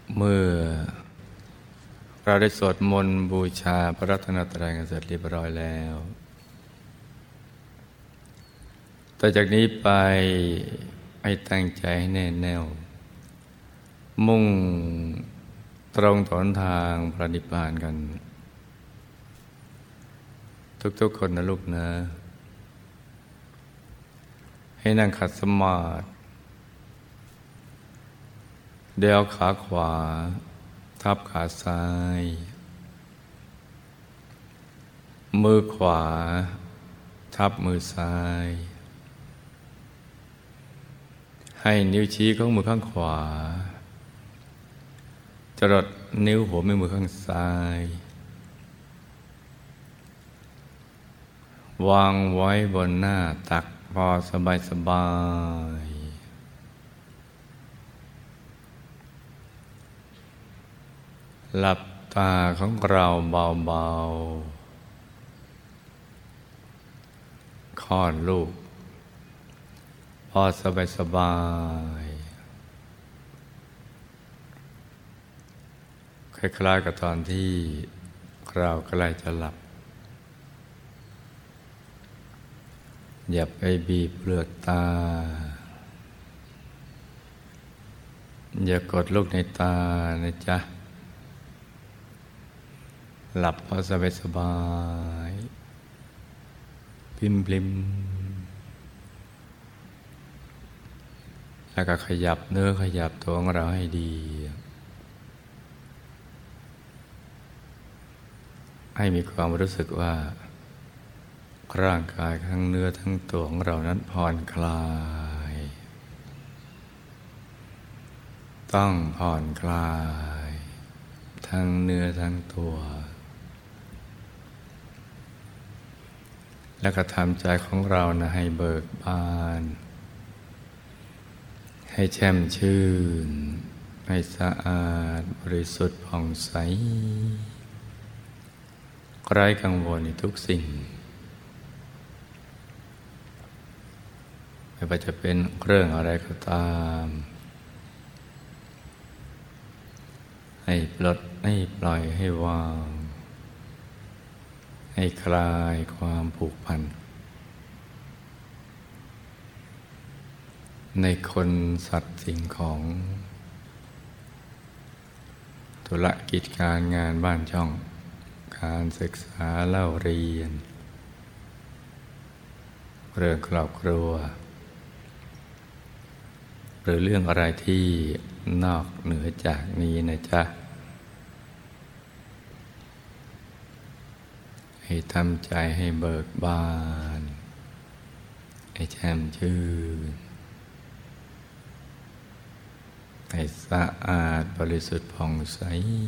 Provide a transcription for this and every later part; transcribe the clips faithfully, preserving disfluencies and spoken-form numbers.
เมื่อเราได้สวดมนต์บูชาพระรัตนตรัยกันเสร็จเรียบร้อยแล้วต่อจากนี้ไปให้ตั้งใจให้แน่แน่วมุ่งตรงต่อหนทางพระนิพพานกันทุกๆคนนะลูกนะให้นั่งขัดสมาธิเดี่ยวขาขวาทับขาซ้ายมือขวาทับมือซ้ายให้นิ้วชี้ของมือข้างขวาจรดนิ้วหัวแม่มือข้างซ้ายวางไว้บนหน้าตักพอสบายสบายหลับตาของเราเบาๆคลอดลูกพอสบายสบายคล้ายๆกับตอนที่เราใกล้จะหลับอย่าไปบีบเปลือกตาอย่ากดลูกในตานะจ๊ะหลับพอสบายสบายพิมพลิมแล้วก็ขยับเนื้อขยับตัวของเราให้ดีให้มีความรู้สึกว่าร่างกายทั้งเนื้อทั้งตัวของเรานั้นผ่อนคลายต้องผ่อนคลายทั้งเนื้อทั้งตัวแล้วก็ทำใจของเรานะให้เบิกบานให้แช่มชื่นให้สะอาดบริสุทธิ์ผ่องใสไร้กังวลในทุกสิ่งไม่ว่าจะเป็นเรื่องอะไรก็ตามให้ปลดให้ปล่อยให้วางให้คลายความผูกพันในคนสัตว์สิ่งของธุรกิจการงานบ้านช่องการศึกษาเล่าเรียนเรื่องครอบครัวหรือเรื่องอะไรที่นอกเหนือจากนี้นะจ๊ะให้ทำใจให้เบิกบานให้แช่มชื่นให้สะอาดบริสุทธิ์ผ่องใส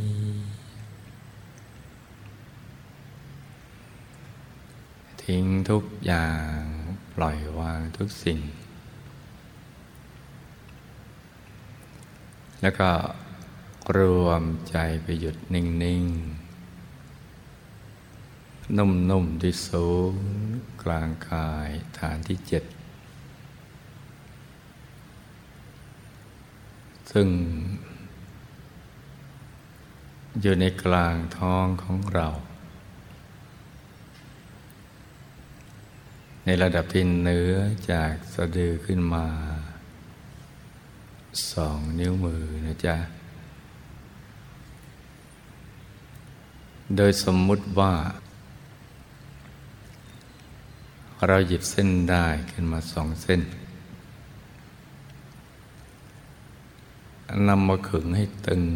ทิ้งทุกอย่างปล่อยวางทุกสิ่งแล้วก็รวมใจไปหยุดนิ่งๆนุ่มๆที่ศูนย์กลางกายฐานที่เจ็ดซึ่งอยู่ในกลางท้องของเราในระดับที่เหนือจากสะดือขึ้นมาสองนิ้วมือนะจ๊ะโดยสมมุติว่าเราหยิบเส้นได้ขึ้นมาสองเส้นนำมาขึงให้ตึง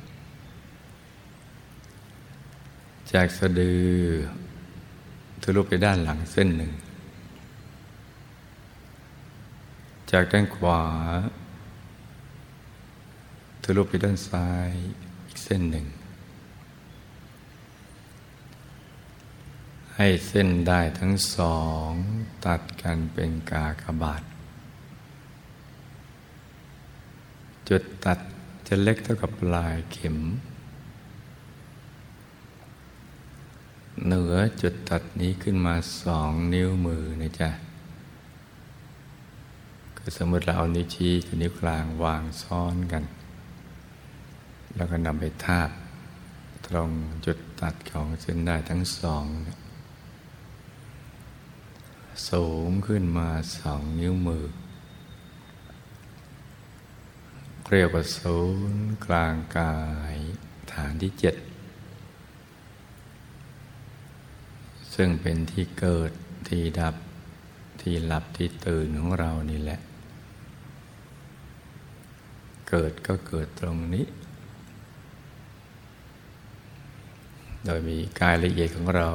จากสะดือทะลุไปด้านหลังเส้นหนึ่งจากด้านขวาทะลุไปด้านซ้ายอีกเส้นหนึ่งให้เส้นได้ทั้งสองตัดกันเป็นกากบาทจุดตัดจะเล็กเท่ากับปลายเข็มเหนือจุดตัดนี้ขึ้นมาสองนิ้วมือนะจ๊ะคือสมมติเราเอานิ้วชี้กับนิ้วกลางวางซ้อนกัน อแล้วก็นำไปทาบตรงจุดตัดของเส้นได้ทั้งสองสูงขึ้นมาสองนิ้วมือเรียกว่าศูนย์กลางกายฐานที่เจ็ดซึ่งเป็นที่เกิดที่ดับที่หลับที่ตื่นของเรานี่แหละเกิดก็เกิดตรงนี้โดยมีกายละเอียดของเรา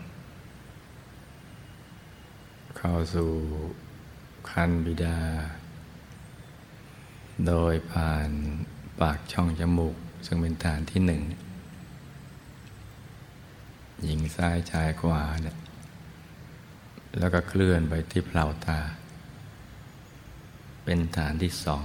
เข้าสู่คันบิดาโดยผ่านปากช่องจมูกซึ่งเป็นฐานที่หนึ่งหญิงซ้ายชายขวาเนี่ยแล้วก็เคลื่อนไปที่เปล่าตาเป็นฐานที่สอง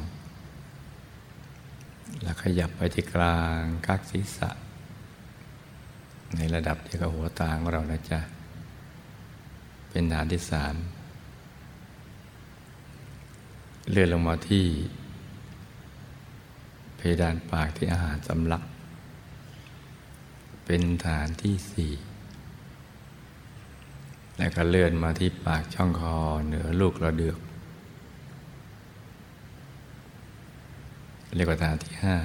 แล้วขยับไปที่กลางกักศีรษะในระดับเดียวกับหัวตาของเรานะจ๊ะเป็นฐานที่สามเลื่อนลงมาที่เพดานปากที่อาหารสำลักเป็นฐานที่สี่แล้วก็เลื่อนมาที่ปากช่องคอเหนือลูกกระเดือกเรียกว่าฐานที่ห้า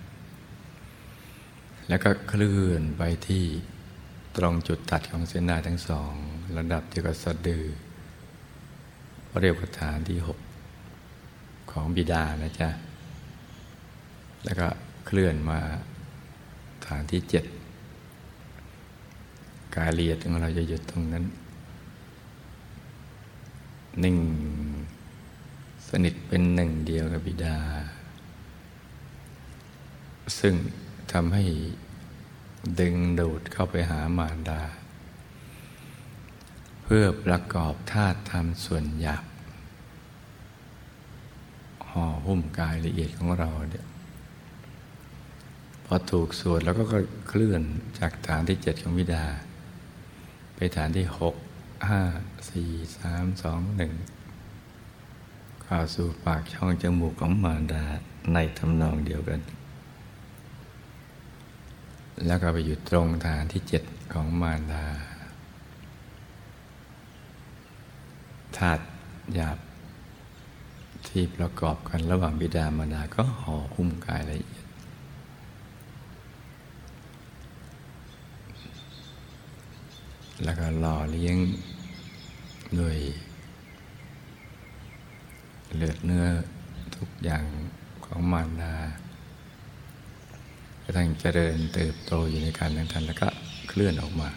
แล้วก็เคลื่อนไปที่ตรงจุดตัดของเส้นได้ทั้งสองระดับเดียวกับสะดือเรียกว่าฐานที่หกของบิดานะจ๊ะแล้วก็เคลื่อนมาฐานที่เจ็ดกายละเอียดของเราจะหยุดตรงนั้นนิ่งสนิทเป็นหนึ่งเดียวกับบิดาซึ่งทำให้ดึงดูดเข้าไปหามารดาเพื่อประกอบธาตุธรรมส่วนหยาบห่อหุ้มกายละเอียดของเราเนี่ยพอถูกส่วนแล้วก็เคลื่อนจากฐานที่เจ็ดของบิดาไปฐานที่หกห้าสี่สามสองหนึ่งเข้าสู่ปากช่องจมูกของมารดาในทำนองเดียวกันแล้วก็ไปอยู่ตรงฐานที่เจ็ดของมารดาธาตุหยาบที่ประกอบกันระหว่างบิดามารดาก็ห่อหุ้มกายละเอียดแล้วก็หล่อเลี้ยงด้วยเลือดเนื้อทุกอย่างของมารดากระทั่งเจริญเติบโตอยู่ในการตั้งครรภ์แล้วก็เคลื่อนออกมา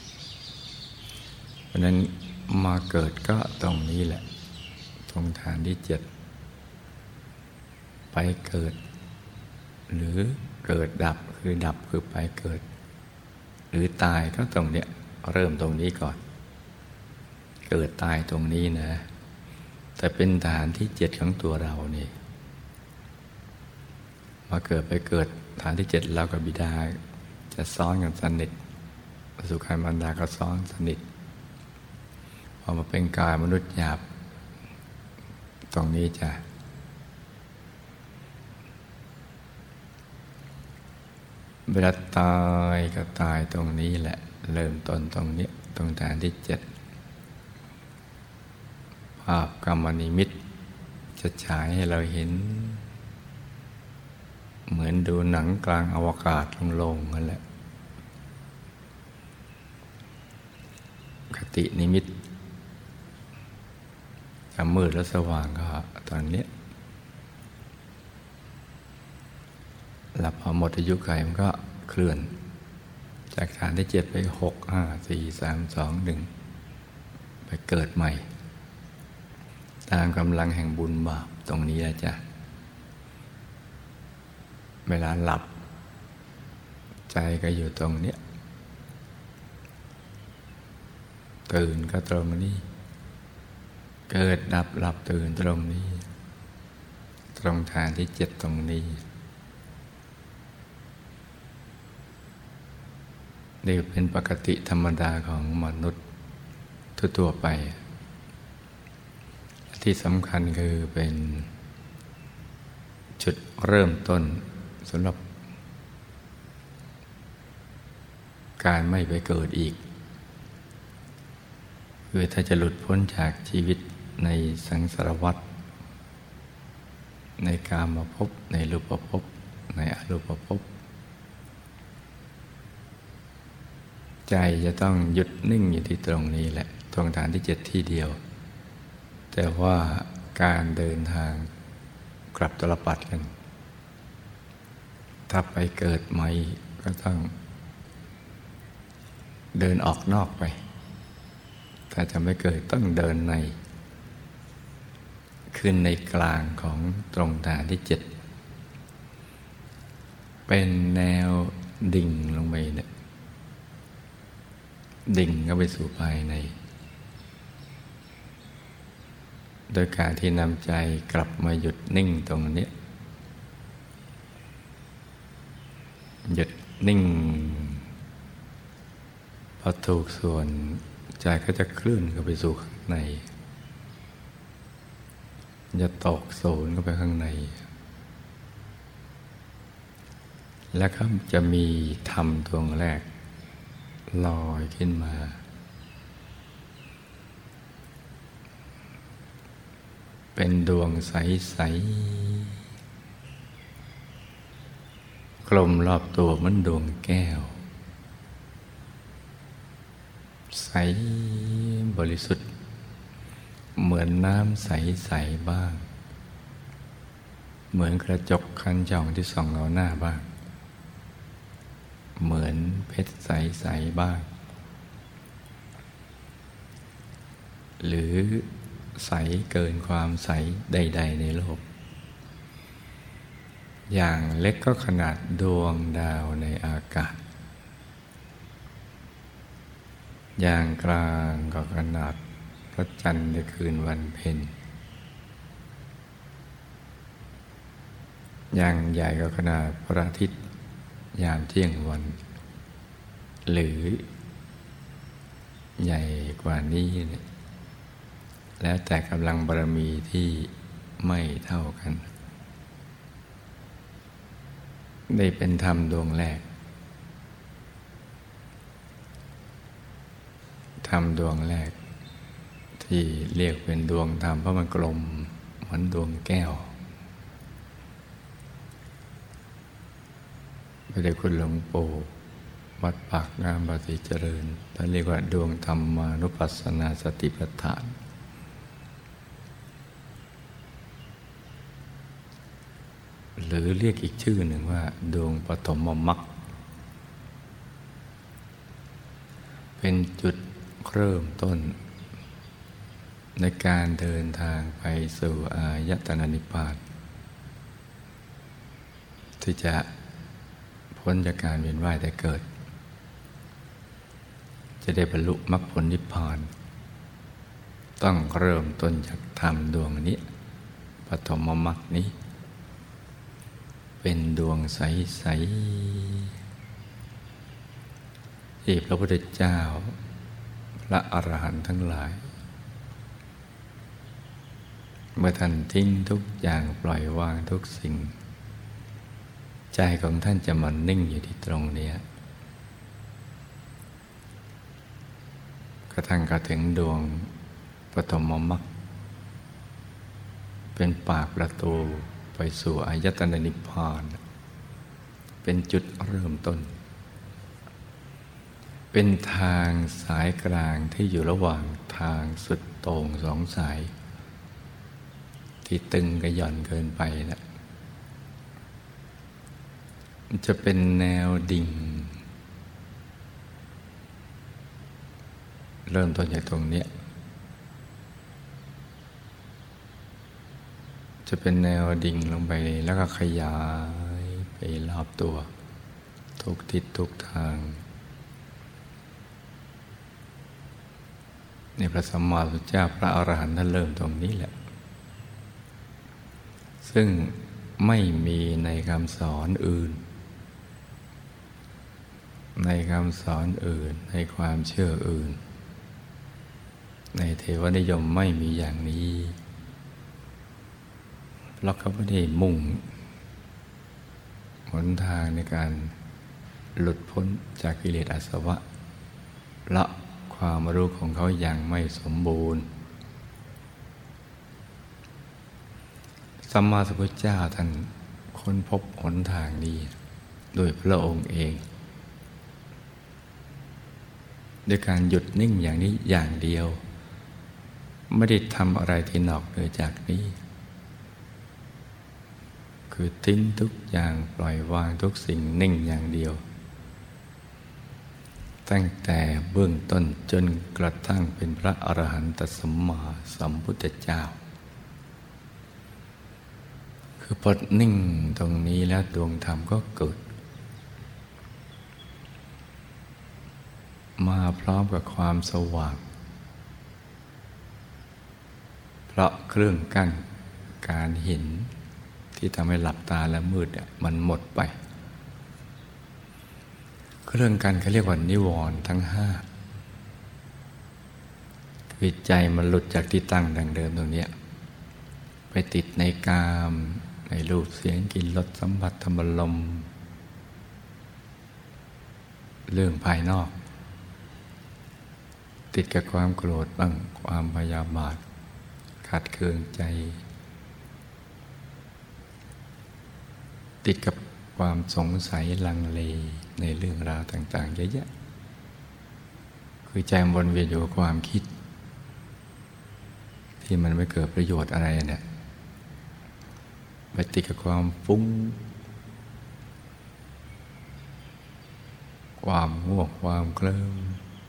เพราะนั้นมาเกิดก็ตรงนี้แหละตรงฐานที่เจ็ดไปเกิดหรือเกิดดับคือดับคือไปเกิดหรือตายก็ตรงเนี้ยเริ่มตรงนี้ก่อนเกิดตายตรงนี้นะแต่เป็นฐานที่เจ็ดของตัวเรานี่มาเกิดไปเกิดฐานที่เจ็ดเรากับบิดาจะซ้อนกันสนิทสุขามารดาก็ซ้อนสนิทพอมาเป็นกายมนุษย์หยาบตรงนี้จะเวลาตายก็ตายตรงนี้แหละเริ่มต้นตรงนี้ตรงฐานที่เจ็ดภาพกรรมนิมิตจะฉายให้เราเห็นเหมือนดูหนังกลางอวกาศโล่งๆนั่นแหละคตินิมิตจะมืดและสว่างก็ตอนนี้หลับพอหมดอายุไขมันก็เคลื่อนจากฐานที่เจ็ดไปหกห้าสี่สามสองหนึ่งไปเกิดใหม่ตามกำลังแห่งบุญบาปตรงนี้นะจ๊ะเวลาหลับใจก็อยู่ตรงเนี้ยตื่นก็ตรงนี้เกิดดับหลับตื่นตรงนี้ตรงฐานที่เจ็ดตรงนี้นี่เป็นปกติธรรมดาของมนุษย์ทั่วๆไปที่สำคัญคือเป็นจุดเริ่มต้นสำหรับการไม่ไปเกิดอีกคือถ้าจะหลุดพ้นจากชีวิตในสังสารวัฏในกามภพในรูปภพในอรูปภพใจจะต้องหยุดนิ่งอยู่ที่ตรงนี้แหละตรงฐานที่เจ็ดที่เดียวแต่ว่าการเดินทางกลับตลปัดกันถ้าไปเกิดใหม่ก็ต้องเดินออกนอกไปถ้าจะไม่เกิดต้องเดินในขึ้นในกลางของตรงฐานที่เจ็ดเป็นแนวดิ่งลงไปเนี่ยดิ่งเข้าไปสู่ภายในโดยการที่นำใจกลับมาหยุดนิ่งตรงนี้หยุดนิ่งพอถูกส่วนใจก็จะเคลื่อนเข้าไปสู่ข้างในจะตกศูนย์เข้าไปข้างในแล้วก็จะมีธรรมดวงแรกลอยขึ้นมาเป็นดวงใสๆกลมรอบตัวเหมือนดวงแก้วใสบริสุทธิ์เหมือนน้ำใสๆบ้างเหมือนกระจกคันช่องที่ส่องเราหน้าบ้างเหมือนเพชรใสๆบ้างหรือใสเกินความใสใดๆในโลกอย่างเล็กก็ขนาดดวงดาวในอากาศอย่างกลางก็ขนาดพระจันทร์ในคืนวันเพ็ญอย่างใหญ่ก็ขนาดพระอาทิตย์ยามเที่ยงวันหรือใหญ่กว่านี้เนี่ยแล้วแต่กำลังบารมีที่ไม่เท่ากันได้เป็นธรรมดวงแรกธรรมดวงแรกที่เรียกเป็นดวงธรรมเพราะมันกลมเหมือนดวงแก้วพระเดชคุณหลวงปู่วัดปากน้ำภาษีเจริญท่านเรียกว่าดวงธรรมานุปัสสนาสติปัฏฐานหรือเรียกอีกชื่อหนึ่งว่าดวงปฐมมรรคเป็นจุดเริ่มต้นในการเดินทางไปสู่อายตนะนิพพานที่จะพ้นจากการเวียนว่ายแต่เกิดจะได้บรรลุมรรคผลนิพพานต้องเริ่มต้นจากธรรมดวงนี้ปฐมมรรคนี้เป็นดวงใสๆที่พระพุทธเจ้าพระอรหันต์ทั้งหลายเมื่อท่านทิ้งทุกอย่างปล่อยวางทุกสิ่งใจของท่านจะมันนิ่งอยู่ที่ตรงนี้กระทั่งกระถึงดวงปฐมมรรคเป็นปากประตูไปสู่อายตนะนิพพานเป็นจุดเริ่มต้นเป็นทางสายกลางที่อยู่ระหว่างทางสุดโต่งสองสายที่ตึงกับหย่อนเกินไปนะมันจะเป็นแนวดิ่งเริ่มต้นจากตรงนี้จะเป็นแนวดิ่งลงไปแล้วก็ขยายไปรอบตัวทุกทิศทุกทางในพระสัมมาสัมพุทธเจ้าพระอรหันต์ท่านเริ่มตรงนี้แหละซึ่งไม่มีในคำสอนอื่นในคำสอนอื่นในความเชื่ออื่นในเทวนิยมไม่มีอย่างนี้เพราะเขาไม่ได้มุ่งหนทางในการหลุดพ้นจากกิเลสอาสวะละความรู้ของเขาอย่างไม่สมบูรณ์สัมมาสัมพุทธเจ้าท่านค้นพบหนทางนี้โดยพระองค์เองด้วยการหยุดนิ่งอย่างนี้อย่างเดียวไม่ได้ทำอะไรที่นอกเหนือจากนี้คือทิ้งทุกอย่างปล่อยวางทุกสิ่งนิ่งอย่างเดียวตั้งแต่เบื้องต้นจนกระทั่งเป็นพระอรหันตสัมมาสัมพุทธเจ้าคือพอนิ่งตรงนี้แล้วดวงธรรมก็เกิดมาพร้อมกับความสว่างเพราะเครื่องกั้นการเห็นที่ทำให้หลับตาและมืดมันหมดไปเครื่องกั้นเขาเรียกว่านิวรณ์ทั้งห้าคือใจมันหลุดจากที่ตั้งดังเดิมตรงนี้ไปติดในกามในรูปเสียงกลิ่นรสสัมผัสธรรมลมเรื่องภายนอกติดกับความโกรธบ้างความพยาบาทขัดเคืองใจติดกับความสงสัยลังเลในเรื่องราวต่างๆเยอะแยะคือใจวนเวียนอยู่กับความคิดที่มันไม่เกิดประโยชน์อะไรเนี่ยไปติดกับความฟุ้งความง่วงความเคลิ้ม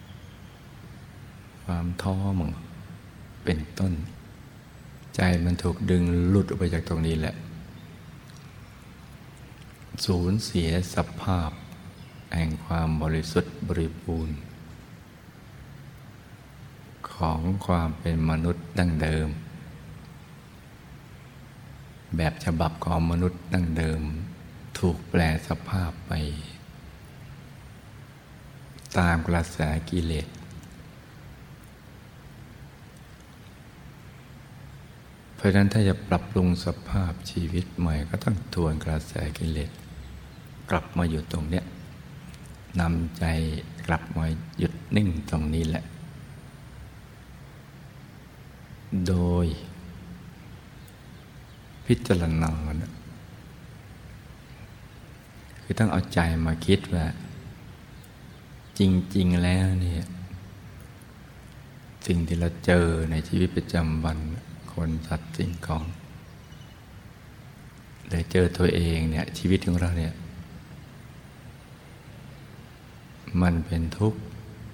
ความท้อมึงเป็นต้นใจมันถูกดึงหลุดออกไปจากตรงนี้แหละสูญเสียสภาพแห่งความบริสุทธิ์บริบูรณ์ของความเป็นมนุษย์ดั้งเดิมแบบฉบับของมนุษย์ดั้งเดิมถูกแปลสภาพไปตามกระแสกิเลสเพราะฉะนั้นถ้าจะปรับปรุงสภาพชีวิตใหม่ก็ต้องทวนกระแสกิเลสกลับมาอยู่ตรงเนี้ยนำใจกลับมาหยุดนิ่งตรงนี้แหละโดยพิจารณาคือต้องเอาใจมาคิดว่าจริงๆแล้วเนี่ยสิ่งที่เราเจอในชีวิตประจำวันคนสัตว์สิ่งของได้เจอตัวเองเนี่ยชีวิตของเราเนี่ยมันเป็นทุกข์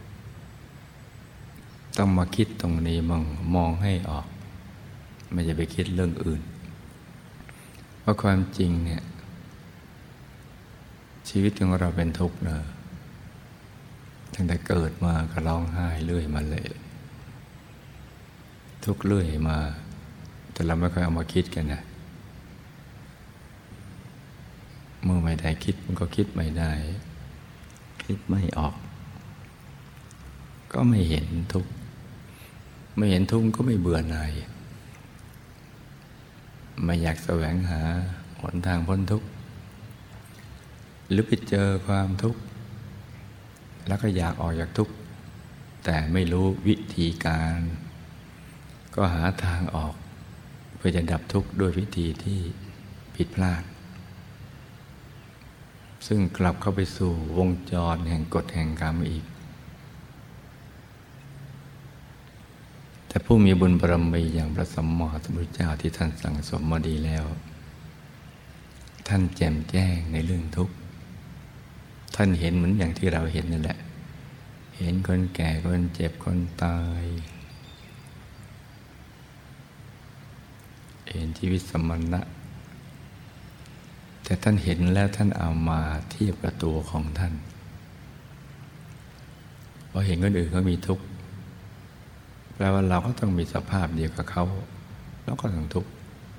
ต้องมาคิดตรงนี้มองมองให้ออกไม่จะไปคิดเรื่องอื่นเพราะความจริงเนี่ยชีวิตของเราเป็นทุกข์เนอะตั้งแต่เกิดมาก็ร้องไห้เรื่อยมาเลยทุกข์เรื่อยมาแต่เราไม่ค่อยเอามาคิดกันนะเมื่อไม่ได้คิดมันก็คิดไม่ได้คิดไม่ออกก็ไม่เห็นทุกข์ไม่เห็นทุกข์ก็ไม่เบื่อหน่ายไม่อยากแสวงหาหนทางพ้นทุกข์หรือไปเจอความทุกข์แล้วก็อยากออกจากทุกข์แต่ไม่รู้วิธีการก็หาทางออกเพื่อจะดับทุกข์ด้วยวิธีที่ผิดพลาดซึ่งกลับเข้าไปสู่วงจรแห่งกฎแห่งกรรมอีกแต่ผู้มีบุญบารมีอย่างพระสัมมาสัมพุทธเจ้าที่ท่านสั่งสมมาดีแล้วท่านแจ่มแจ้งในเรื่องทุกข์ท่านเห็นเหมือนอย่างที่เราเห็นนั่นแหละเห็นคนแก่คนเจ็บคนตายเห็นชีวิตสมณะแต่ท่านเห็นแล้วท่านเอามาเทียบกับตัวของท่านพอเห็นคนอื่นเขามีทุกข์แปลว่าเราก็ต้องมีสภาพเดียวกับเขาแล้วก็ต้องทุกข์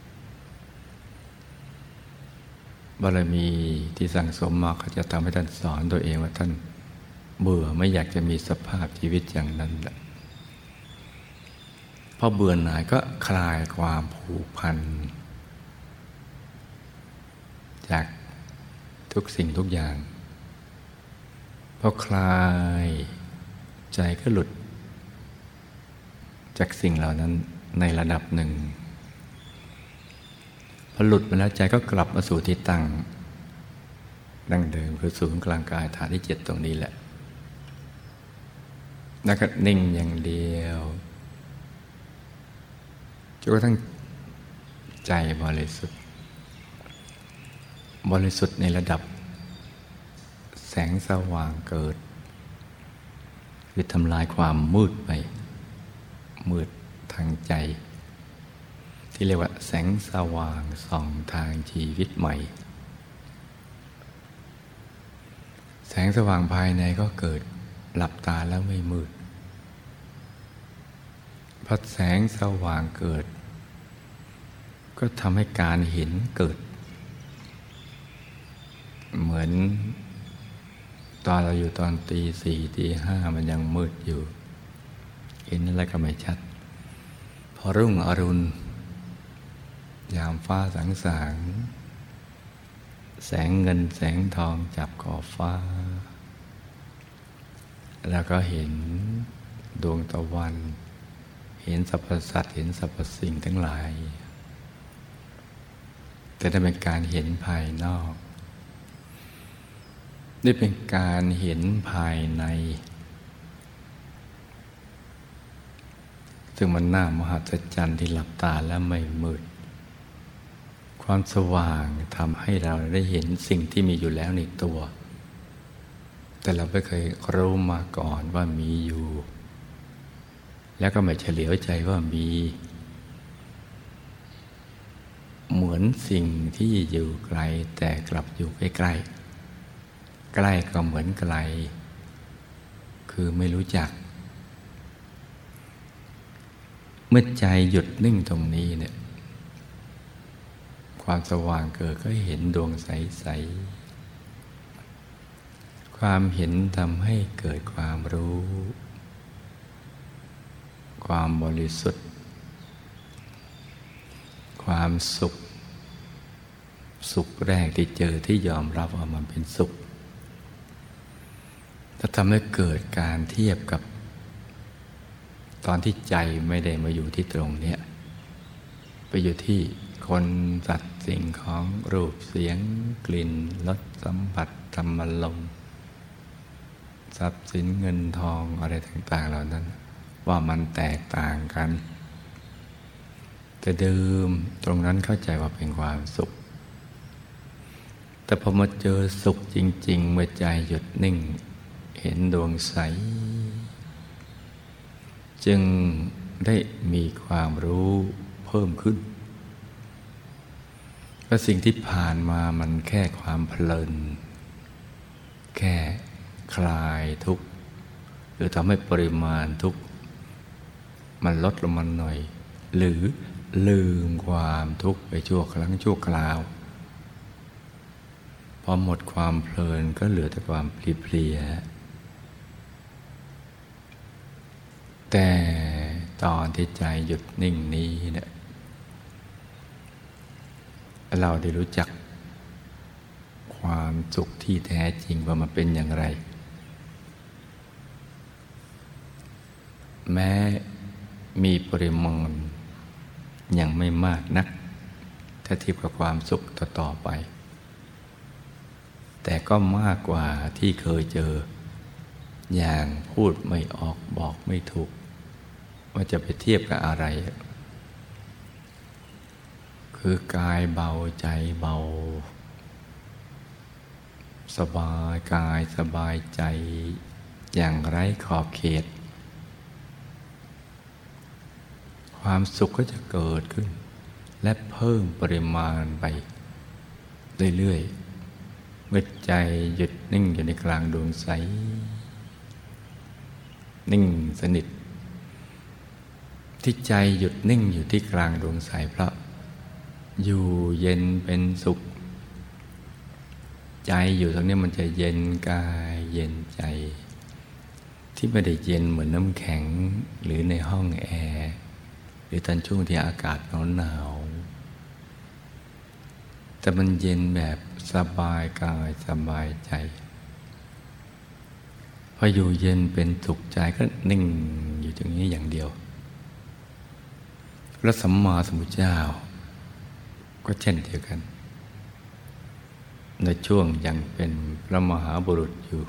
บารมีที่สั่งสมมาเขาจะทำให้ท่านสอนตัวเองว่าท่านเบื่อไม่อยากจะมีสภาพชีวิตอย่างนั้นแหละพอเบื่อหน่ายก็คลายความผูกพันจากทุกสิ่งทุกอย่างพอคลายใจก็หลุดจากสิ่งเหล่านั้นในระดับหนึ่งพอหลุดมาแล้วใจก็กลับมาสู่ที่ตั้งดั้งเดิมคือศูนย์กลางกายฐานที่เจ็ดตรงนี้แหละแล้วก็นิ่งอย่างเดียวจนกระทั่งใจบริสุทธิ์บริสุทธิ์ในระดับแสงสว่างเกิดคือทำลายความมืดไปมืดทางใจที่เรียกว่าแสงสว่างส่องทางชีวิตใหม่แสงสว่างภายในก็เกิดหลับตาแล้วไม่มืดพอแสงสว่างเกิดก็ทำให้การเห็นเกิดเหมือนตอนเราอยู่ตอนตีสี่ตีห้ามันยังมืดอยู่เห็นอะไรก็ไม่ชัดพอรุ่งอรุณยามฟ้าสางๆแสงเงินแสงทองจับขอบฟ้าแล้วก็เห็นดวงตะวันเห็นสรรพสัตว์เห็นสรรพสิ่งทั้งหลายแต่นั่นเป็นการเห็นภายนอกนี่เป็นการเห็นภายในซึ่งมันน่ามหัศจรรย์ที่หลับตาแล้วไม่มืดความสว่างทำให้เราได้เห็นสิ่งที่มีอยู่แล้วในตัวแต่เราไม่เคยรู้มาก่อนว่ามีอยู่แล้วก็ไม่เฉลียวใจว่ามีเหมือนสิ่งที่อยู่ไกลแต่กลับอยู่ใกล้ๆใกล้ก็เหมือนไกลคือไม่รู้จักเมื่อใจหยุดนิ่งตรงนี้เนี่ยความสว่างเกิดก็เห็นดวงใสๆความเห็นทำให้เกิดความรู้ความบริสุทธิ์ความสุขสุขแรกที่เจอที่ยอมรับว่ามันเป็นสุขถ้าทำให้เกิดการเทียบกับตอนที่ใจไม่ได้มาอยู่ที่ตรงเนี้ยไปอยู่ที่คนสัตว์สิ่งของรูปเสียงกลิ่นรสสัมผัสธรรมลมทรัพย์สินเงินทองอะไรต่างๆเหล่านั้นว่ามันแตกต่างกันแต่เดิมตรงนั้นเข้าใจว่าเป็นความสุขแต่พอมาเจอสุขจริงๆเมื่อใจหยุดนิ่งเห็นดวงใสจึงได้มีความรู้เพิ่มขึ้นว่าสิ่งที่ผ่านมามันแค่ความเพลินแค่คลายทุกข์หรือทำให้ปริมาณทุกข์มันลดลงมาหน่อยหรือลืมความทุกข์ไปชั่วครั้งชั่วคราวพอหมดความเพลินก็เหลือแต่ความเพลียๆแต่ตอนที่ใจหยุดนิ่งนี้เนี่ยเราได้รู้จักความสุขที่แท้จริงว่ามันเป็นอย่างไรแม้มีปริมาณยังไม่มากนักถ้าเทียบกับความสุขต่อๆไปแต่ก็มากกว่าที่เคยเจออย่างพูดไม่ออกบอกไม่ถูกว่าจะไปเทียบกับอะไรคือกายเบาใจเบาสบายกายสบายใจอย่างไร้ขอบเขตความสุขก็จะเกิดขึ้นและเพิ่มปริมาณไปเรื่อยๆเมื่อใจหยุดนิ่งอยู่ในกลางดวงใสนิ่งสนิทที่ใจหยุดนิ่งอยู่ที่กลางดวงใสเพราะอยู่เย็นเป็นสุขใจอยู่ตรงนี้มันจะเย็นกายเย็นใจที่ไม่ได้เย็นเหมือนน้ำแข็งหรือในห้องแอร์หรือตอนช่วงที่อากาศหนาวๆแต่มันเย็นแบบสบายกายสบายใจพออยู่เย็นเป็นสุขใจก็นิ่งอยู่ตรงนี้อย่างเดียวพระสัมมาสัมพุทธเจ้าก็เช่นเดียวกันในช่วงยังเป็นพระมหาบุรุษอยู่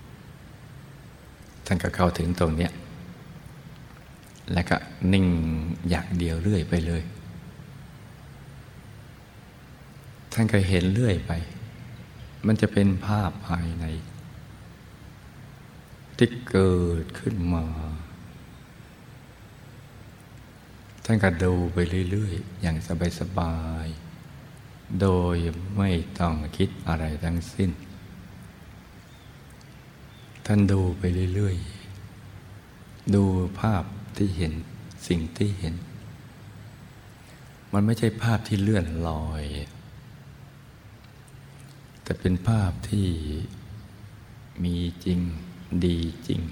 ท่านก็เข้าถึงตรงเนี้ยแล้วก็นิ่งอย่างเดียวเรื่อยไปเลยท่านก็เห็นเรื่อยไปมันจะเป็นภาพภายในที่เกิดขึ้นมาท่านก็ดูไปเรื่อยๆอย่างสบายๆโดยไม่ต้องคิดอะไรทั้งสิ้นท่านดูไปเรื่อยๆดูภาพที่เห็นสิ่งที่เห็นมันไม่ใช่ภาพที่เลื่อนลอยแต่เป็นภาพที่มีจริงดีจริง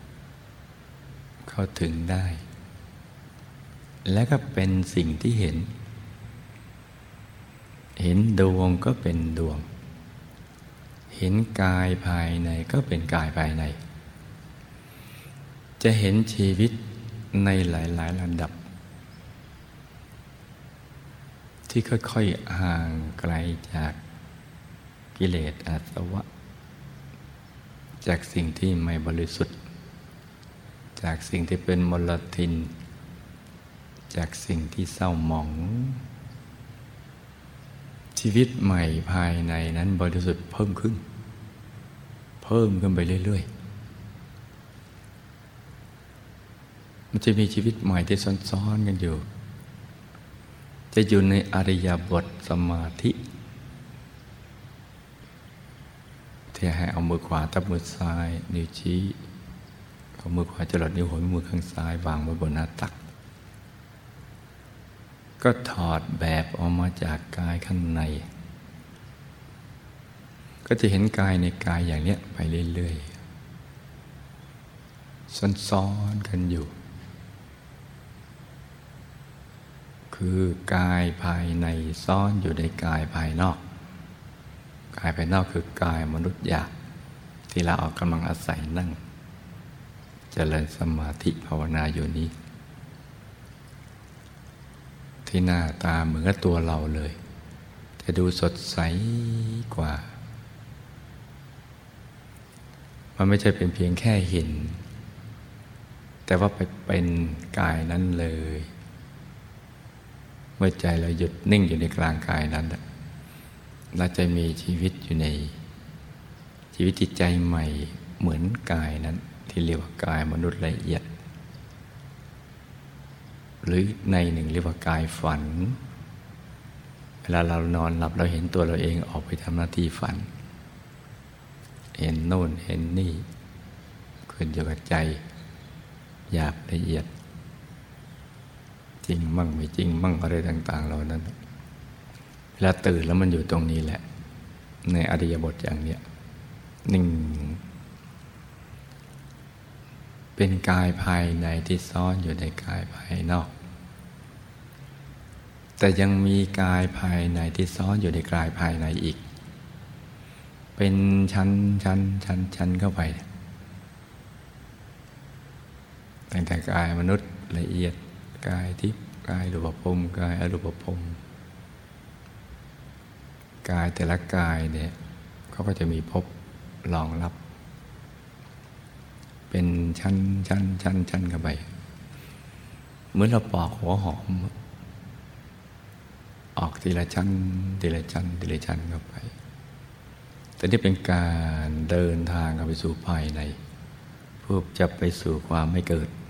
เข้าถึงได้และก็เป็นสิ่งที่เห็นเห็นดวงก็เป็นดวงเห็นกายภายในก็เป็นกายภายในจะเห็นชีวิตในหลายๆระดับที่ค่อยๆห่างไกลจากกิเลสอาสวะจากสิ่งที่ไม่บริสุทธิ์จากสิ่งที่เป็นมลทินจากสิ่งที่เศร้าหมองชีวิตใหม่ภายในนั้นบริสุทธิ์เพิ่มขึ้นเพิ่มขึ้นไปเรื่อยๆมันจะมีชีวิตใหม่ที่ซ้อนๆกันอยู่จะอยู่ในอริยบทสมาธิที่ให้เอามือขวาทับมือซ้ายนิ้วชี้เอามือขวาจรดนิ้วหัวมือข้างซ้ายวางไว้บนหน้าตักก็ถอดแบบออกมาจากกายข้างในก็จะเห็นกายในกายอย่างนี้ไปเรื่อยๆซ้อนๆกันอยู่คือกายภายในซ่อนอยู่ในกายภายนอกกายภายนอกคือกายมนุษย์หยาบที่เราออกกำลังอาศัยนั่งเจริญสมาธิภาวนาอยู่นี้ที่หน้าตาเหมือนกับตัวเราเลยแต่ดูสดใสกว่ามันไม่ใช่เป็นเพียงแค่เห็นแต่ว่าไปเป็นกายนั้นเลยเมื่อใจเราหยุดนิ่งอยู่ในกลางกายนั้นเราจะมีชีวิตอยู่ในชีวิตจิตใจใหม่เหมือนกายนั้นที่เรียกว่ากายมนุษย์ละเอียดหรือในหนึ่งเรียกว่ากายฝันเวลาเรานอนหลับเราเห็นตัวเราเองออกไปทำหน้าที่ฝันเห็นโน่นเห็นนี่ขึ้นอยู่กับใจหยาบละเอียดจริงมั่งไม่จริงมั่งอะไรต่างๆเหล่านั้นเวลาตื่นแล้วมันอยู่ตรงนี้แหละในอริยบทอย่างเนี้ยนิ่งเป็นกายภายในที่ซ่อนอยู่ในกายภายนอกแต่ยังมีกายภายในที่ซ่อนอยู่ในกายภายในอีกเป็นชั้นชั้นชั้นชั้นเข้าไปตั้งแต่กายมนุษย์ละเอียดกายทิพย์กายรูปภพกายอรูปภพกายแต่ละกายเนี่ยเขาก็จะมีภพรองรับเป็นชั้นชั้นชั้นชั้นกันไปเหมือนเราปอกหัวหอมออกทีละชั้นทีละชั้นทีละชั้นเข้าไปแต่นี่เป็นการเดินทางเข้าไปสู่ภายในเพื่อจะไปสู่ความไม่เกิด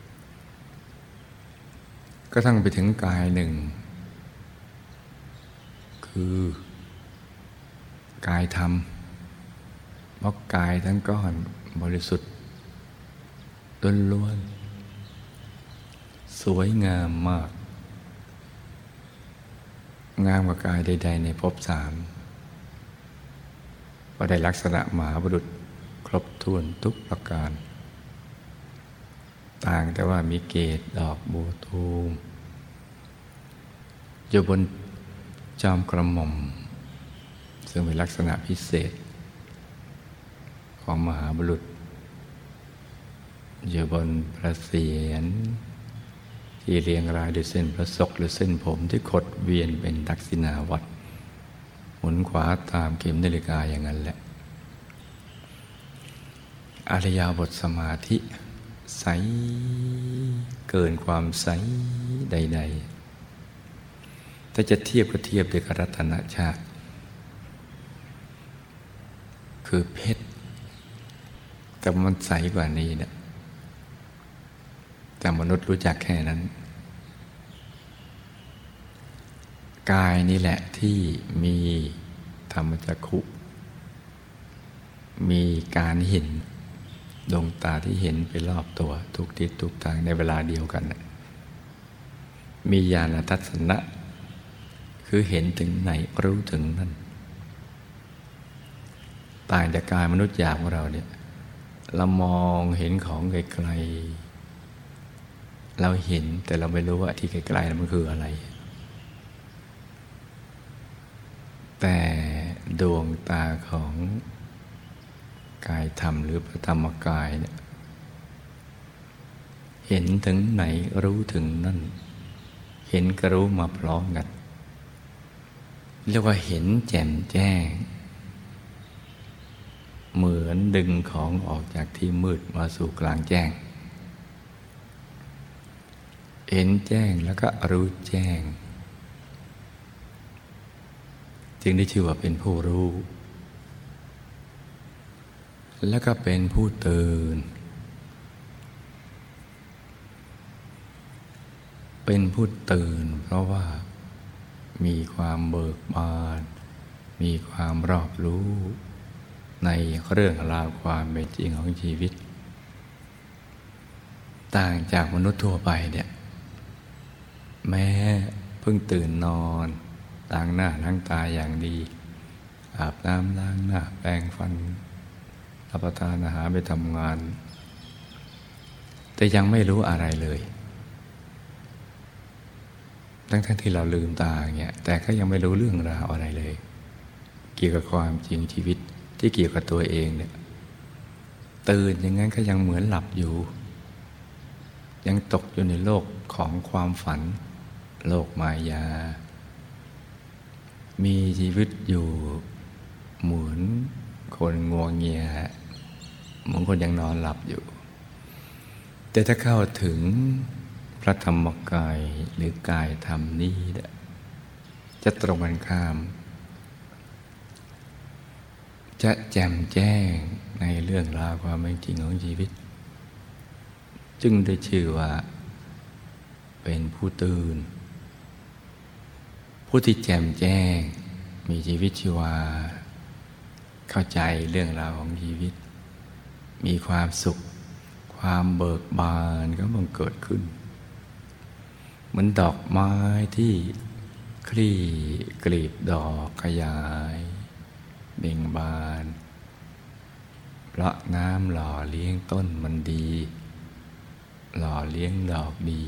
ก็ทั้งไปถึงกายหนึ่งคือกายธรรมเพราะกายทั้งก้อนบริสุทธิ์ล้วนๆสวยงามมากงามกว่ากายใดๆในภพสามเพราะได้ลักษณะมหาบุรุษครบถ้วนทุกประการต่างแต่ว่ามีเกศดอกบัวตูมอยู่บนจอมกระหม่อมซึ่งเป็นลักษณะพิเศษของมหาบุรุษอยู่บนพระเศียรที่เรียงรายด้วยเส้นพระศกหรือเส้นผมที่ขดเวียนเป็นทักษิณาวัตรหมุนขวาตามเข็มนาฬิกาอย่างนั้นแหละอริยบทสมาธิใสเกินความใสใดๆถ้าจะเทียบก็เทียบด้วยกรัตนชาติคือเพชรแต่มันใสกว่านี้นะแต่มนุษย์รู้จักแค่นั้นกายนี่แหละที่มีธรรมจักขุมีการเห็นดวงตาที่เห็นไปรอบตัวทุกทิศทุกทางในเวลาเดียวกันมีญาณทัศนะคือเห็นถึงไหนรู้ถึงนั่นต่างจากกายมนุษย์หยาบของเราเนี่ยเรามองเห็นของไกลๆเราเห็นแต่เราไม่รู้ว่าที่ไกลๆนั้นมันคืออะไรแต่ดวงตาของกายธรรมหรือพระธรรมกายเนี่ยเห็นถึงไหนรู้ถึงนั่นเห็นก็รู้มาพร้อมกันเรียกว่าเห็นแจ่มแจ้งเหมือนดึงของออกจากที่มืดมาสู่กลางแจ้งเห็นแจ้งแล้วก็รู้แจ้งจึงได้ชื่อว่าเป็นผู้รู้แล้วก็เป็นผู้ตื่นเป็นผู้ตื่นเพราะว่ามีความเบิกบานมีความรอบรู้ในเรื่องราวความเป็นจริงของชีวิตต่างจากมนุษย์ทั่วไปเนี่ยแม้เพิ่งตื่นนอนล้างหน้าล้างตาอย่างดีอาบน้ำล้างหน้าแปรงฟันรับประทานอาหารไปทำงานแต่ยังไม่รู้อะไรเลยทั้งๆ ท, ที่เราลืมตาอย่างเงี้ยแต่ก็ยังไม่รู้เรื่องราวอะไรเลยเกี่ยวกับความจริงชีวิตที่เกี่ยวกับตัวเองเนี่ยตื่นอย่างนั้นก็ยังเหมือนหลับอยู่ยังตกอยู่ในโลกของความฝันโลกมายามีชีวิตอยู่เหมือนคนงัวเงียเหมือนคนยังนอนหลับอยู่แต่ถ้าเข้าถึงพระธรรมกายหรือกายธรรมนี้จะตรงกันข้ามจะแจ่มแจ้งในเรื่องราวความเป็นจริงของชีวิตจึงได้ชื่อว่าเป็นผู้ตื่นผู้ที่แจ่มแจ้งมีชีวิตชีวาเข้าใจเรื่องราวของชีวิตมีความสุขความเบิกบานก็บังเกิดขึ้นเหมือนดอกไม้ที่คลี่กลีบดอกขยายเบ่งบานเพราะน้ำหล่อเลี้ยงต้นมันดีหล่อเลี้ยงดอกดี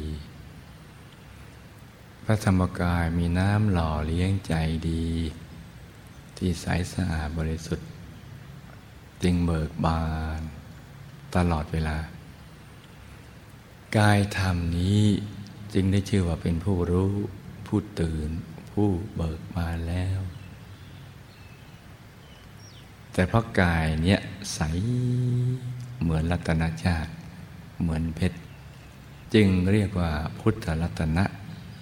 พระธรรมกายมีน้ำหล่อเลี้ยงใจดีที่ใสสะอาดบริสุทธิ์จึงเบิกบานตลอดเวลากายธรรมนี้จึงได้ชื่อว่าเป็นผู้รู้ผู้ตื่นผู้เบิกบานแล้วแต่เพราะกายเนี้ยใสเหมือนรัตนชาติเหมือนเพชรจึงเรียกว่าพุทธรัตนะ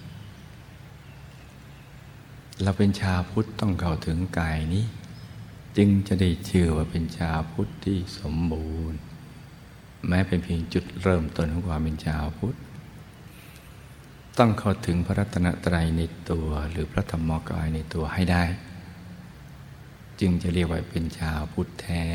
เราเป็นชาวพุทธต้องเข้าถึงกายนี้จึงจะได้ชื่อว่าเป็นชาวพุทธที่สมบูรณ์แม้เป็นเพียงจุดเริ่มต้นของความเป็นชาวพุทธต้องเข้าถึงพระรัตนตรัยในตัวหรือพระธรรมกายในตัวให้ได้จึงจะเรียกว่าเป็นชาวพุทธแท้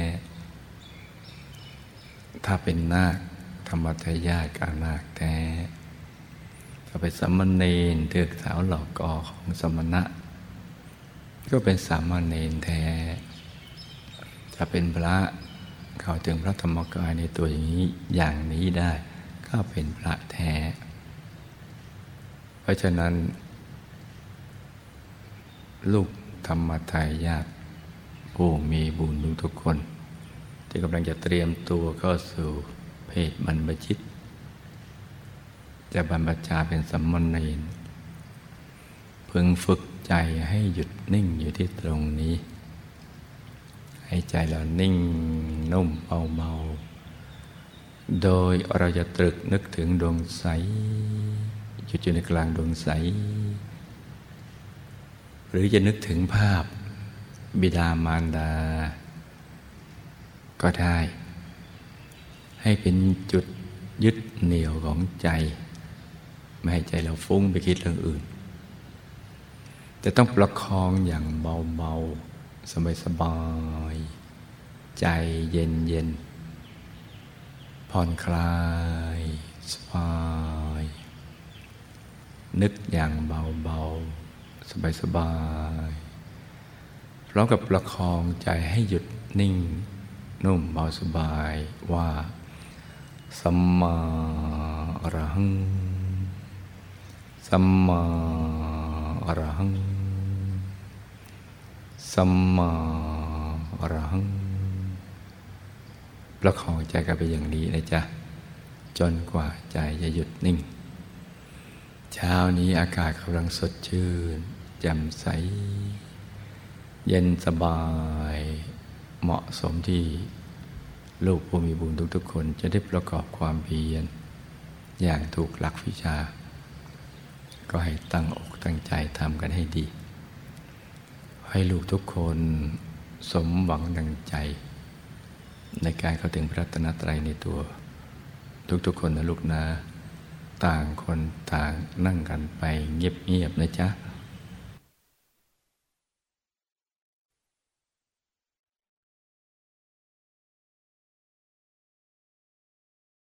ถ้าเป็นนาคธรรมทายาทกับนาคแท้ถ้าเป็นสามเณรเถือกสาวหลอกกอของสมณะก็เป็นสามเณรแท้ถ้าเป็นพระเข้าถึงพระธรรมกายในตัวอย่างนี้อย่างนี้ได้ก็เป็นพระแท้เพราะฉะนั้นลูกธรรมทายาทผู้มีบุญทุกคนที่กำลังจะเตรียมตัวเข้าสู่แภทบรรพชิตจะบรรพชาเป็นสัมมเนรพึงฝึกใจให้หยุดนิ่งอยู่ที่ตรงนี้ให้ใจเรานิ่งนุ่มเบาๆโดยเราจะตรึกนึกถึงดวงใสหยุดอยู่ในกลางดวงใสหรือจะนึกถึงภาพบิดามารดาก็ได้ให้เป็นจุดยึดเหนี่ยวของใจไม่ให้ใจเราฟุ้งไปคิดเรื่องอื่นแต่ต้องประคองอย่างเบาๆสบายๆใจเย็นๆผ่อนคลายสบายนึกอย่างเบาๆสบายๆพร้อมกับประคองใจให้หยุดนิ่งนุ่มเบาสบายว่าสัมมาอรหังสัมมาอรหังสัมมาอรหังประคองใจกันไปอย่างนี้นะจ๊ะจนกว่าใจจะหยุดนิ่งเช้านี้อากาศกำลังสดชื่นแจ่มใสเย็นสบายเหมาะสมที่ลูกผู้มีบุญทุกๆคนจะได้ประกอบความเพียรอย่างถูกหลักวิชาก็ให้ตั้งอกตั้งใจทำกันให้ดีให้ลูกทุกคนสมหวังดังใจในการเข้าถึงพระรัตนตรัยในตัวทุกๆคนนะลูกนะต่างคนต่างนั่งกันไปเงียบๆนะจ๊ะ